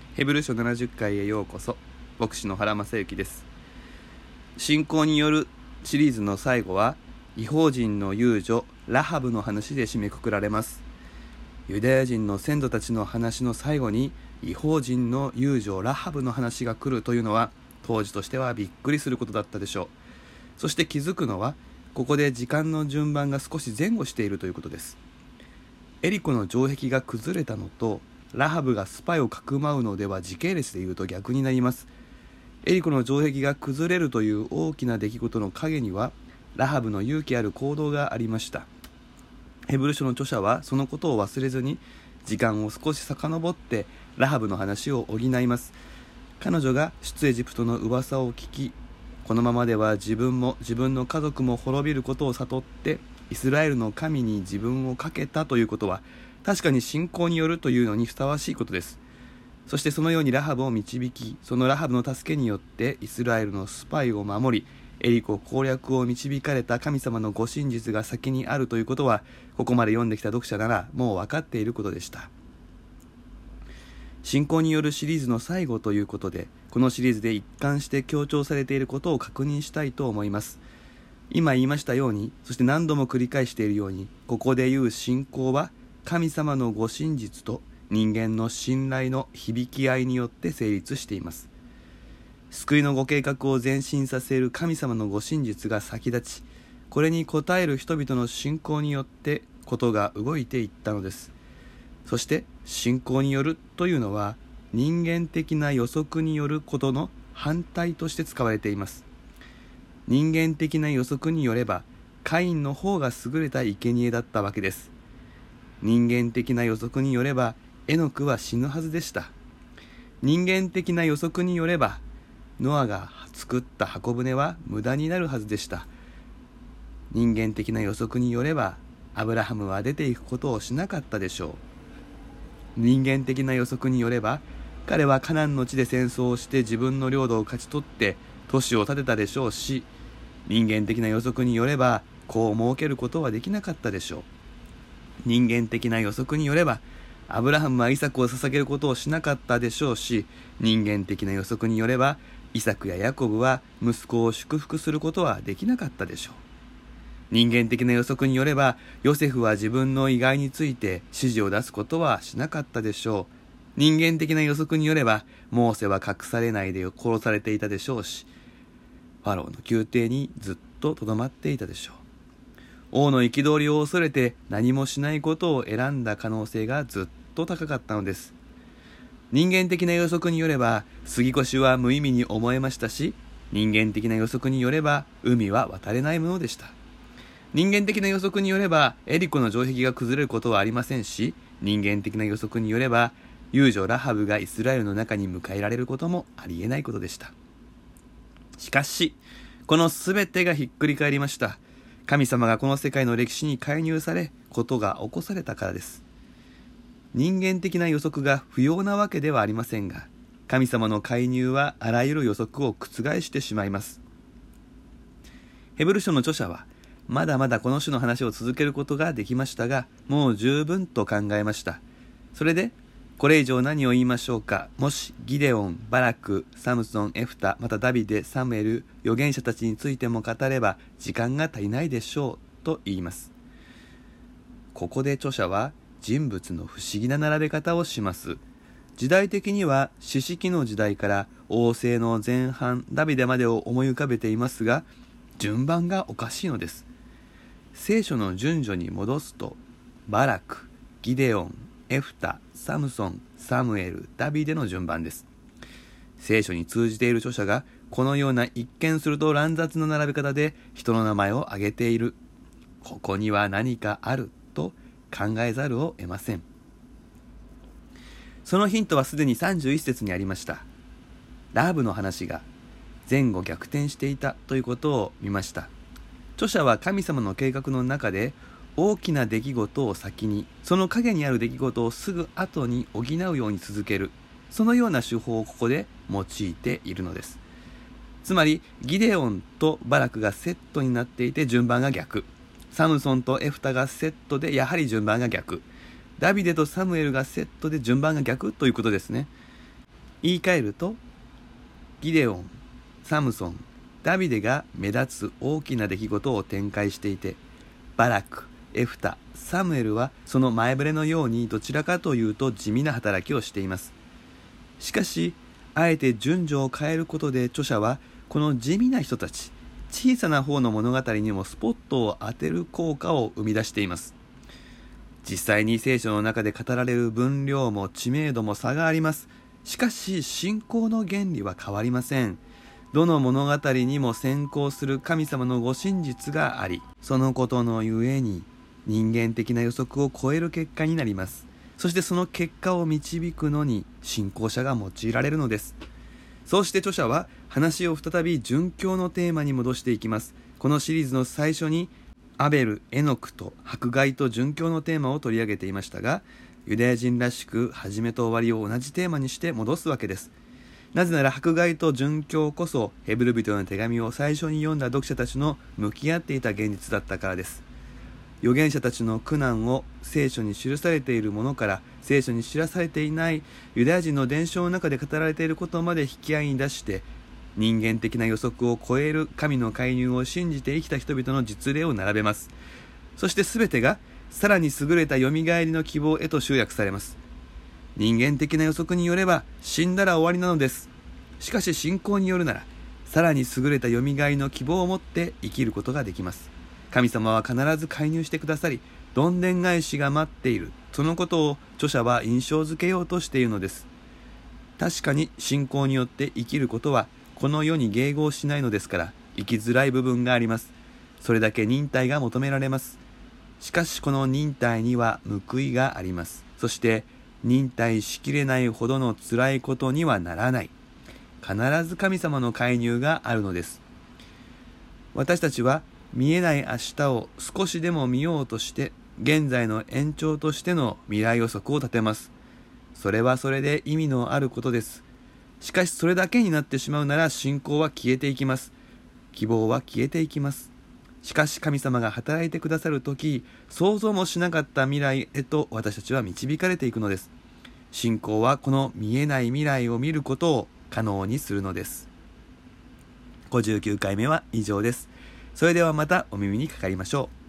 ヘブル書70回へようこそ。牧師の原正幸です。信仰によるシリーズの最後は、異邦人の遊女ラハブの話で締めくくられます。ユダヤ人の先祖たちの話の最後に、異邦人の遊女ラハブの話が来るというのは、当時としてはびっくりすることだったでしょう。そして気づくのは、ここで時間の順番が少し前後しているということです。エリコの城壁が崩れたのと、ラハブがスパイをかくまうのでは時系列でいうと逆になります。エリコの城壁が崩れるという大きな出来事の陰には、ラハブの勇気ある行動がありました。ヘブル書の著者はそのことを忘れずに、時間を少し遡ってラハブの話を補います。彼女が出エジプトの噂を聞き、このままでは自分も自分の家族も滅びることを悟って、イスラエルの神に自分をかけたということは、確かに信仰によるというのにふさわしいことです。そしてそのようにラハブを導き、そのラハブの助けによってイスラエルのスパイを守り、エリコ攻略を導かれた神様のご真実が先にあるということは、ここまで読んできた読者ならもう分かっていることでした。信仰によるシリーズの最後ということで、このシリーズで一貫して強調されていることを確認したいと思います。今言いましたように、そして何度も繰り返しているように、ここで言う信仰は神様のご真実と人間の信頼の響き合いによって成立しています。救いのご計画を前進させる神様のご真実が先立ち、これに応える人々の信仰によってことが動いていったのです。そして信仰によるというのは、人間的な予測によることの反対として使われています。人間的な予測によれば、カインの方が優れた生贄だったわけです。人間的な予測によれば、エノクは死ぬはずでした。人間的な予測によれば、ノアが作った箱舟は無駄になるはずでした。人間的な予測によれば、アブラハムは出ていくことをしなかったでしょう。人間的な予測によれば、彼はカナンの地で戦争をして自分の領土を勝ち取って都市を建てたでしょうし、人間的な予測によれば子を設けることはできなかったでしょう。人間的な予測によれば、アブラハムはイサクを捧げることをしなかったでしょうし、人間的な予測によれば、イサクやヤコブは息子を祝福することはできなかったでしょう。人間的な予測によれば、ヨセフは自分の意外について指示を出すことはしなかったでしょう。人間的な予測によれば、モーセは隠されないで殺されていたでしょうし、ファローの宮廷にずっと留まっていたでしょう。王の憤りを恐れて何もしないことを選んだ可能性がずっと高かったのです。人間的な予測によれば、杉越は無意味に思えましたし、人間的な予測によれば、海は渡れないものでした。人間的な予測によれば、エリコの城壁が崩れることはありませんし、人間的な予測によれば、遊女ラハブがイスラエルの中に迎えられることもありえないことでした。しかし、このすべてがひっくり返りました。神様がこの世界の歴史に介入され、ことが起こされたからです。人間的な予測が不要なわけではありませんが、神様の介入はあらゆる予測を覆してしまいます。ヘブル書の著者は、まだまだこの種の話を続けることができましたが、もう十分と考えました。それで、これ以上何を言いましょうか。もしギデオン、バラク、サムソン、エフタ、またダビデ、サムエル、預言者たちについても語れば時間が足りないでしょうと言います。ここで著者は人物の不思議な並べ方をします。時代的には四式の時代から王政の前半ダビデまでを思い浮かべていますが、順番がおかしいのです。聖書の順序に戻すと、バラク、ギデオン、エフタ、サムソン、サムエル、ダビデの順番です。聖書に通じている著者がこのような一見すると乱雑な並べ方で人の名前を挙げている。ここには何かあると考えざるを得ません。そのヒントはすでに31節にありました。ラハブの話が前後逆転していたということを見ました。著者は神様の計画の中で大きな出来事を先に、その陰にある出来事をすぐ後に補うように続ける、そのような手法をここで用いているのです。つまりギデオンとバラクがセットになっていて順番が逆、サムソンとエフタがセットでやはり順番が逆、ダビデとサムエルがセットで順番が逆ということですね。 言い換えると、ギデオン、サムソン、ダビデが目立つ大きな出来事を展開していて、バラク、エフタ、サムエルはその前触れのようにどちらかというと地味な働きをしています。しかし、あえて順序を変えることで著者はこの地味な人たち、小さな方の物語にもスポットを当てる効果を生み出しています。実際に聖書の中で語られる分量も知名度も差があります。しかし信仰の原理は変わりません。どの物語にも先行する神様のご真実があり、そのことのゆえに人間的な予測を超える結果になります。そしてその結果を導くのに信仰者が用いられるのです。そうして著者は話を再び殉教のテーマに戻していきます。このシリーズの最初にアベル、エノクと迫害と殉教のテーマを取り上げていましたが、ユダヤ人らしく始めと終わりを同じテーマにして戻すわけです。なぜなら迫害と殉教こそヘブル人の手紙を最初に読んだ読者たちの向き合っていた現実だったからです。預言者たちの苦難を聖書に記されているものから聖書に知らされていないユダヤ人の伝承の中で語られていることまで引き合いに出して、人間的な予測を超える神の介入を信じて生きた人々の実例を並べます。そして全てがさらに優れたよみがえりの希望へと集約されます。人間的な予測によれば死んだら終わりなのです。しかし信仰によるならさらに優れたよみがえりの希望を持って生きることができます。神様は必ず介入してくださり、どんでん返しが待っている、そのことを著者は印象づけようとしているのです。確かに信仰によって生きることはこの世に迎合しないのですから、生きづらい部分があります。それだけ忍耐が求められます。しかしこの忍耐には報いがあります。そして忍耐しきれないほどの辛いことにはならない。必ず神様の介入があるのです。私たちは見えない明日を少しでも見ようとして、現在の延長としての未来予測を立てます。それはそれで意味のあることです。しかしそれだけになってしまうなら信仰は消えていきます。希望は消えていきます。しかし神様が働いてくださるとき、想像もしなかった未来へと私たちは導かれていくのです。信仰はこの見えない未来を見ることを可能にするのです。59回目は以上です。それではまたお耳にかかりましょう。